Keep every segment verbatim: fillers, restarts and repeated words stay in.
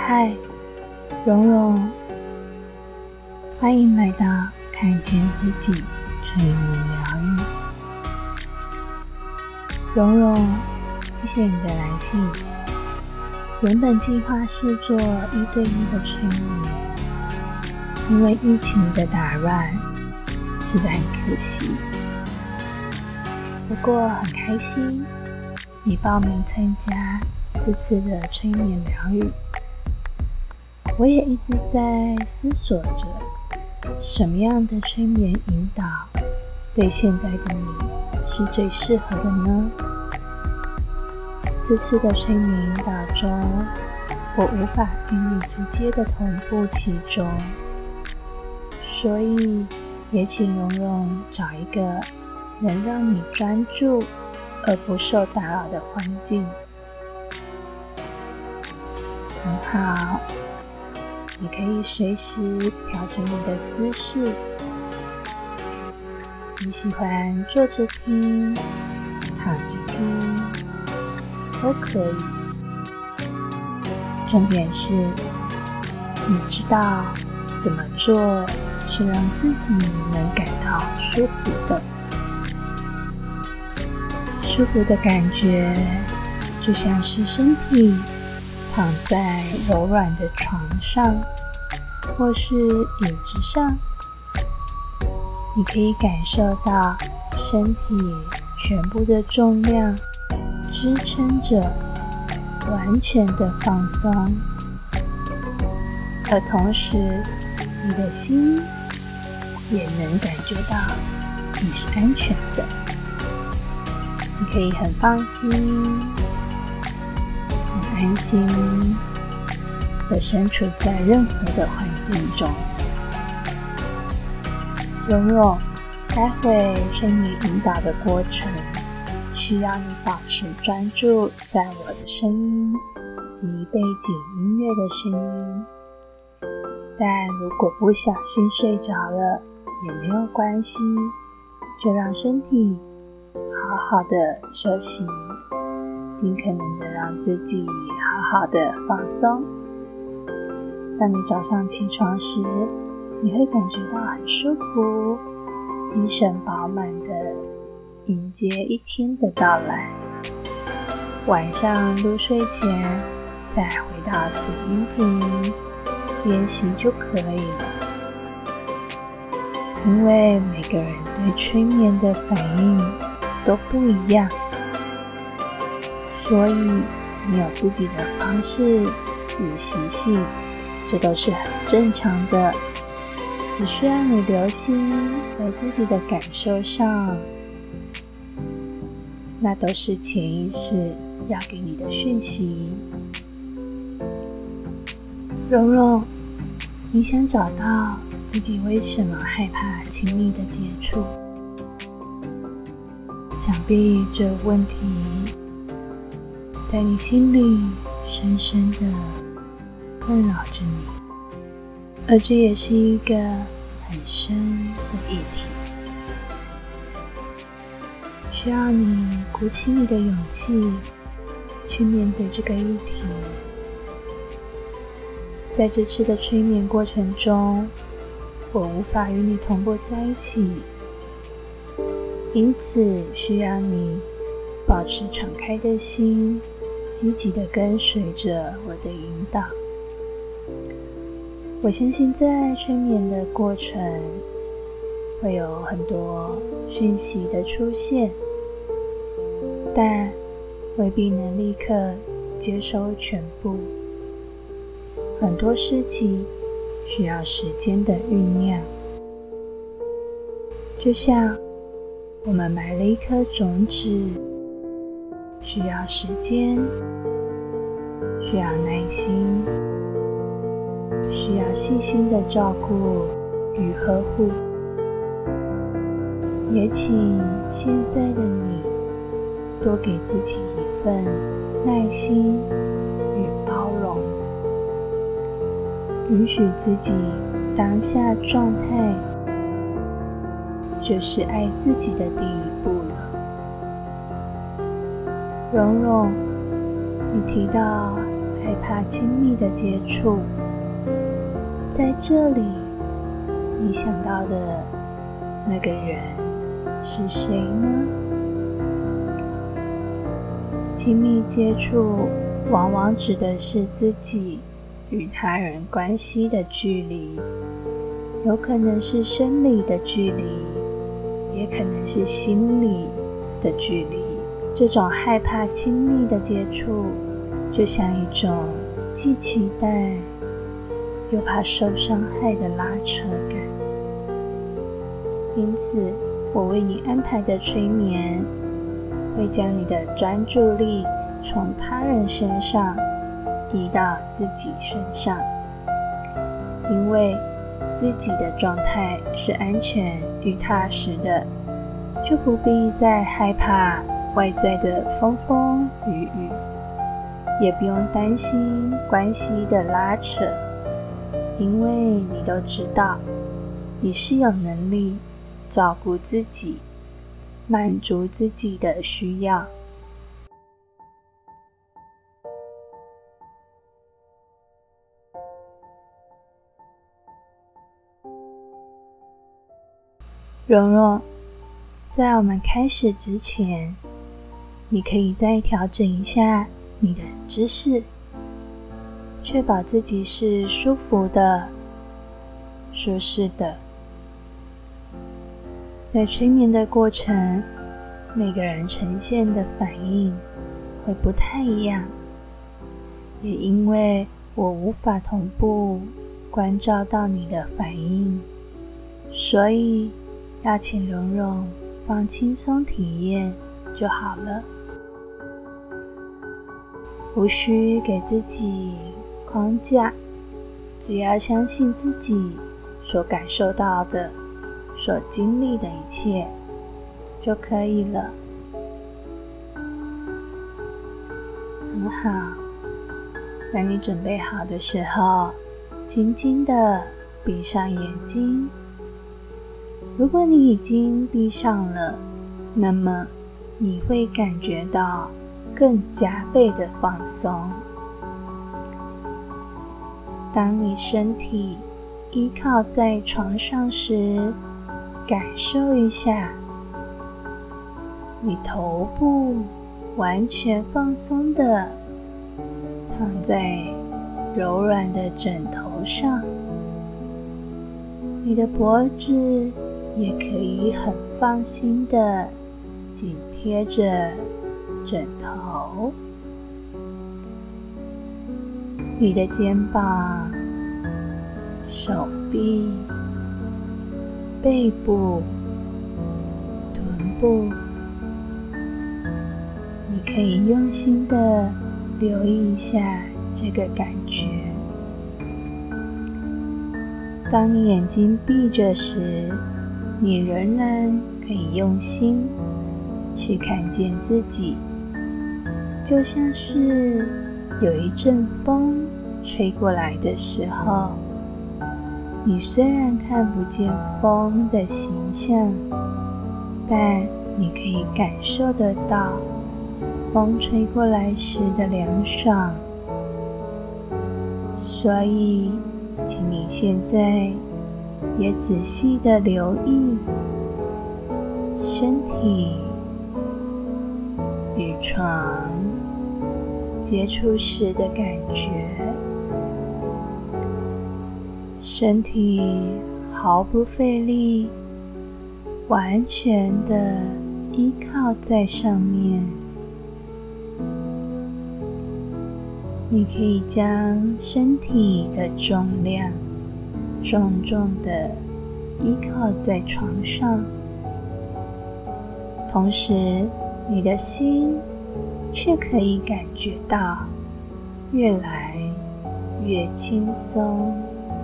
嗨，蓉蓉，欢迎来到看见自己催眠疗愈。蓉蓉，谢谢你的来信。原本计划是做一对一的催眠，因为疫情的打乱，实在很可惜。不过很开心，你报名参加这次的催眠疗愈。我也一直在思索着，什么样的催眠引导对现在的你是最适合的呢？这次的催眠引导中，我无法与你直接的同步其中，所以也请蓉蓉找一个能让你专注而不受打扰的环境。很好，你可以随时调整你的姿势，你喜欢坐着听、躺着听都可以。重点是你知道怎么做是让自己能感到舒服的。舒服的感觉就像是身体躺在柔软的床上或是椅子上，你可以感受到身体全部的重量支撑着完全的放松，而同时你的心也能感觉到你是安全的，你可以很放心、很安心的身处在任何的环境中。蓉蓉，待会催眠引导的过程需要你保持专注在我的声音及背景音乐的声音，但如果不小心睡着了也没有关系，就让身体好好的休息，尽可能的让自己好好的放松。当你早上起床时，你会感觉到很舒服，精神饱满的迎接一天的到来。晚上入睡前再回到此音频练习就可以了。因为每个人对催眠的反应都不一样，所以你有自己的方式与习性，这都是很正常的，只需要你留心在自己的感受上，那都是潜意识要给你的讯息。蓉蓉，你想找到自己为什么害怕亲密的接触？想必这个问题在你心里深深的困扰着你，而这也是一个很深的议题，需要你鼓起你的勇气去面对这个议题。在这次的催眠过程中，我无法与你同步在一起，因此需要你保持敞开的心，积极地跟随着我的引导。我相信在催眠的过程会有很多讯息的出现，但未必能立刻接收全部。很多事情需要时间的酝酿，就像我们埋了一颗种子，需要时间，需要耐心，需要细心的照顾与呵护。也请现在的你多给自己一份耐心与包容，允许自己当下状态就是爱自己的第一步了。蓉蓉，你提到害怕亲密的接触。在这里，你想到的那个人是谁呢？亲密接触往往指的是自己与他人关系的距离，有可能是生理的距离，也可能是心理的距离。这种害怕亲密的接触，就像一种既期待又怕受伤害的拉扯感。因此，我为你安排的催眠会将你的专注力从他人身上移到自己身上，因为自己的状态是安全与踏实的，就不必再害怕外在的风风雨雨，也不用担心关系的拉扯，因为你都知道你是有能力照顾自己，满足自己的需要。蓉蓉，在我们开始之前，你可以再调整一下你的姿势，确保自己是舒服的、舒适的。在催眠的过程，每个人呈现的反应会不太一样，也因为我无法同步关照到你的反应，所以要请蓉蓉放轻松体验就好了，无需给自己框架，只要相信自己所感受到的、所经历的一切就可以了。很好，那你准备好的时候，轻轻地闭上眼睛。如果你已经闭上了，那么你会感觉到更加倍的放松。当你身体依靠在床上时，感受一下你头部完全放松的躺在柔软的枕头上，你的脖子也可以很放心的紧贴着枕头，你的肩膀、手臂、背部、臀部，你可以用心的留意一下这个感觉。当你眼睛闭着时，你仍然可以用心去看见自己，就像是有一阵风吹过来的时候，你虽然看不见风的形象，但你可以感受得到风吹过来时的凉爽。所以，请你现在也仔细地留意身体与床接触时的感觉。身体毫不费力，完全的依靠在上面。你可以将身体的重量重重的依靠在床上，同时你的心却可以感觉到越来越轻松。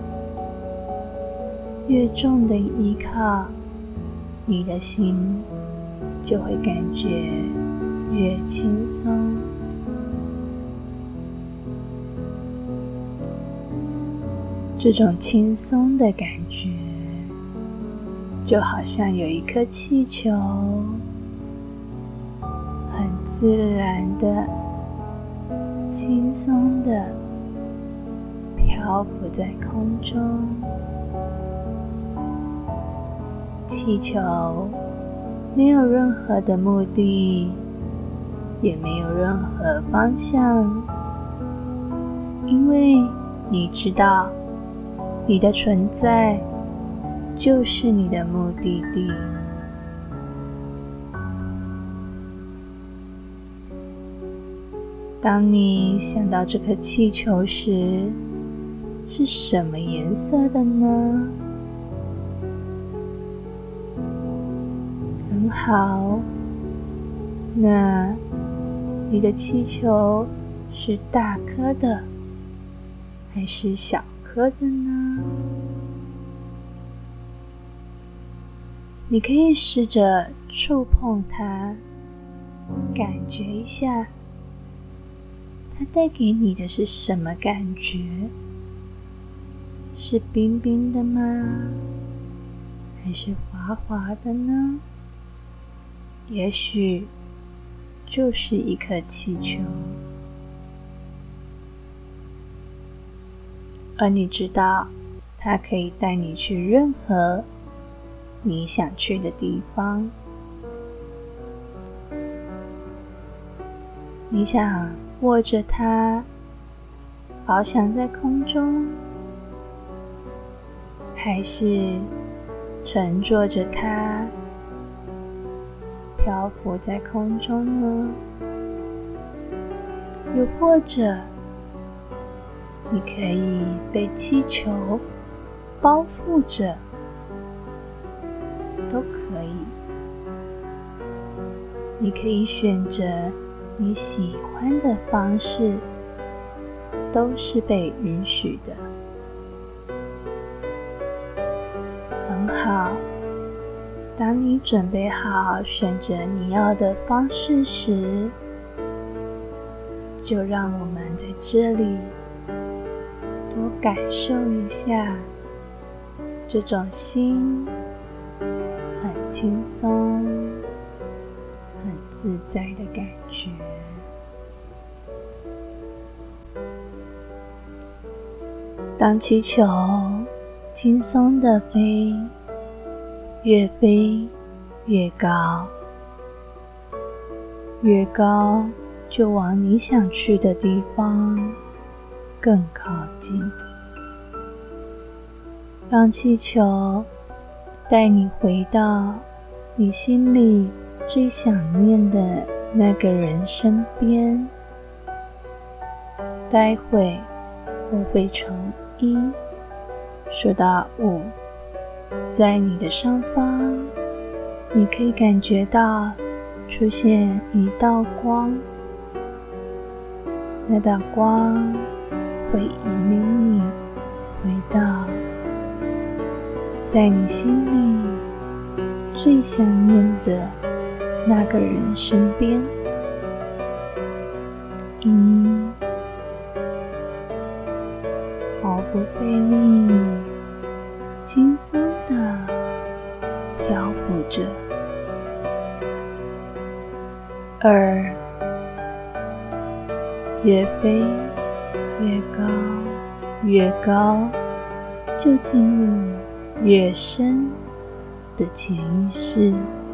越重的依靠，你的心就会感觉越轻松。这种轻松的感觉，就好像有一颗气球，很自然的轻松的漂浮在空中。气球没有任何的目的，也没有任何方向，因为你知道，你的存在就是你的目的地。当你想到这颗气球时，是什么颜色的呢？很好，那你的气球是大颗的，还是小颗的呢？你可以试着触碰它，感觉一下，它带给你的是什么感觉？是冰冰的吗？还是滑滑的呢？也许就是一颗气球，而你知道，它可以带你去任何你想去的地方。你想握着它，翱翔在空中，还是乘坐着它漂浮在空中呢？又或者你可以被气球包覆着，都可以。你可以选择你喜欢的方式，都是被允许的。很好，当你准备好选择你要的方式时，就让我们在这里多感受一下这种心很轻松、很自在的感觉。当气球轻松地飞，越飞越高，越高就往你想去的地方更靠近。让气球带你回到你心里最想念的那个人身边。待会我会从一数到五，在你的上方，你可以感觉到出现一道光，那道光会引领你回到在你心里最想念的那个人身边。一，毫不费力，轻松地漂浮着。二，越飞越高，越高就进入越深的潜意识。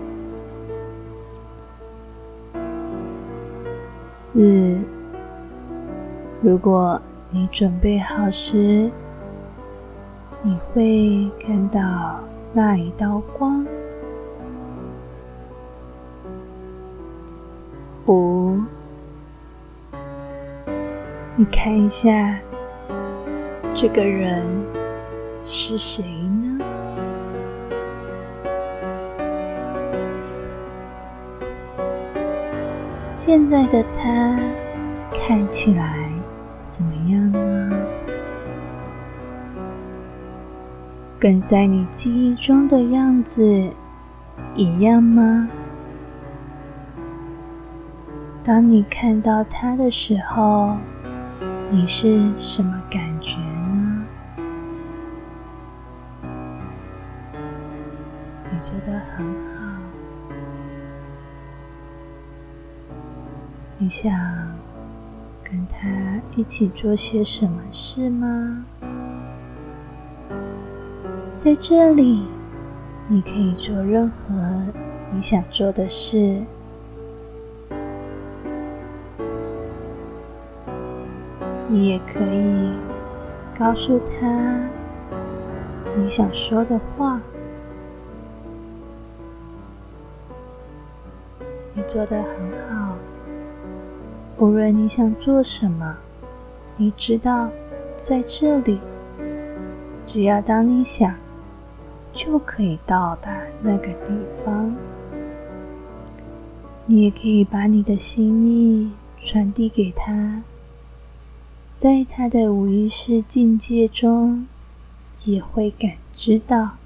四，如果你准备好时，你会看到那一道光。五，你看一下，这个人是谁呢？现在的他看起来怎么样呢？跟在你记忆中的样子一样吗？当你看到他的时候，你是什么感觉呢？你做得很好。你想跟他一起做些什么事吗？在这里，你可以做任何你想做的事。你也可以告诉他你想说的话。你做得很好，无论你想做什么，你知道在这里，只要当你想，就可以到达那个地方。你也可以把你的心意传递给他，在他的无意识境界中也会感知到。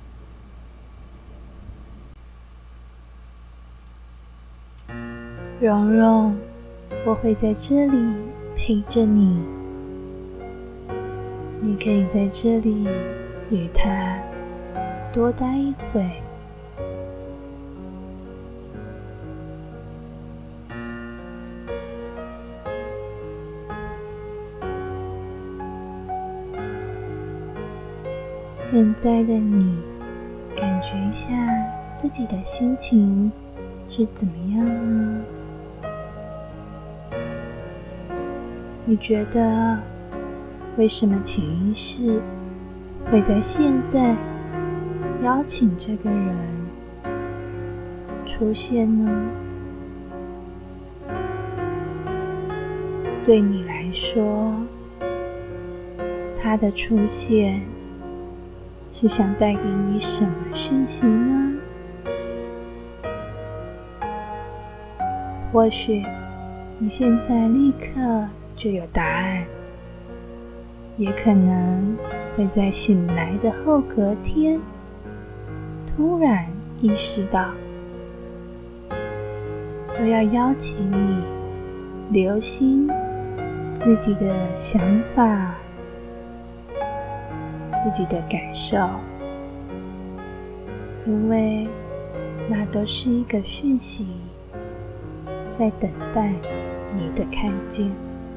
蓉蓉，我会在这里陪着你，你可以在这里与他多待一会。现在的你，感觉一下自己的心情是怎么样呢？你觉得为什么潜意识会在现在邀请这个人出现呢？对你来说，他的出现是想带给你什么讯息呢？或许你现在立刻就有答案，也可能会在醒来的后隔天突然意识到。都要邀请你留心自己的想法，自己的感受，因为那都是一个讯息，在等待你的看见。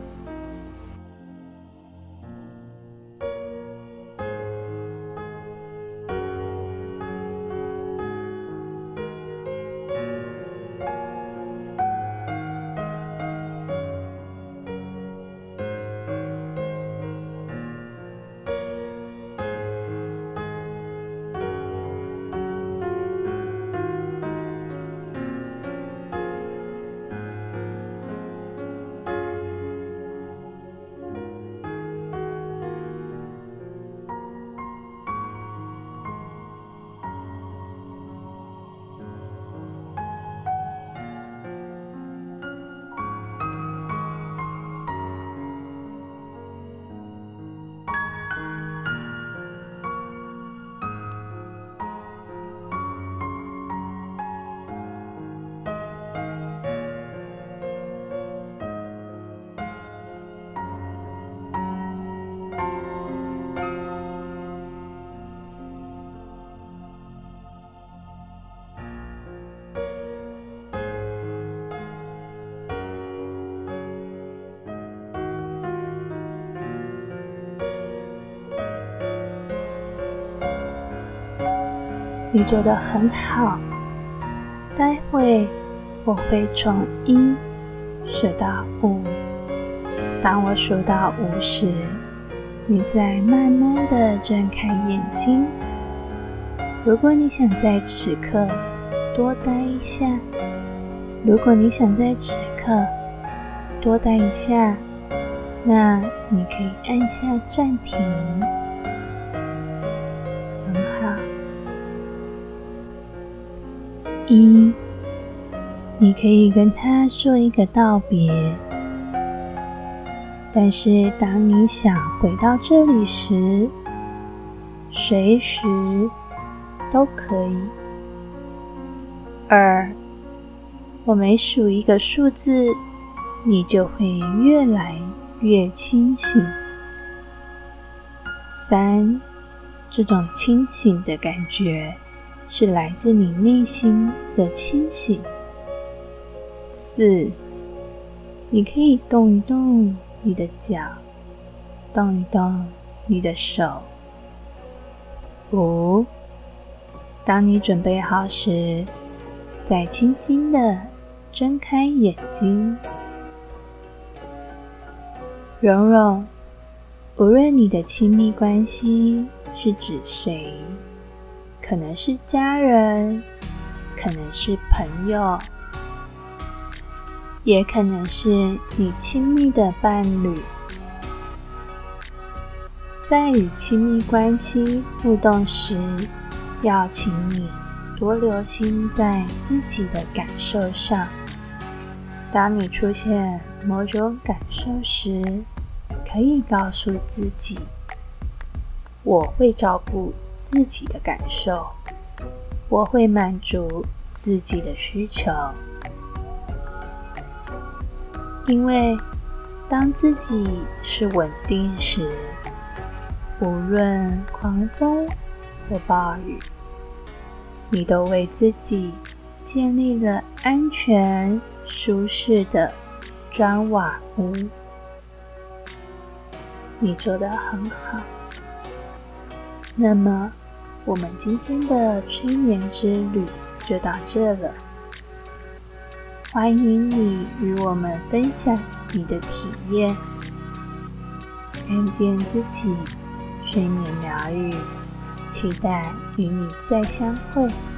你做得很好，待会我会从一数到五，当我数到五时，你再慢慢地睁开眼睛。如果你想在此刻多待一下，如果你想在此刻多待一下，那你可以按下暂停。很好。一，你可以跟他做一个道别，但是当你想回到这里时，随时都可以。二，我每数一个数字，你就会越来越清醒。三，这种清醒的感觉是来自你内心的清醒。四， 你可以动一动你的脚，动一动你的手。五，当你准备好时，再轻轻地睁开眼睛。蓉蓉，无论你的亲密关系是指谁，可能是家人，可能是朋友，也可能是你亲密的伴侣。在与亲密关系互动时，要请你多留心在自己的感受上。当你出现某种感受时，可以告诉自己，我会照顾自己的感受，我会满足自己的需求。因为当自己是稳定时，无论狂风或暴雨，你都为自己建立了安全舒适的砖瓦屋。你做得很好。那么我们今天的催眠之旅就到这了，欢迎你与我们分享你的体验。看见自己，催眠疗愈，期待与你再相会。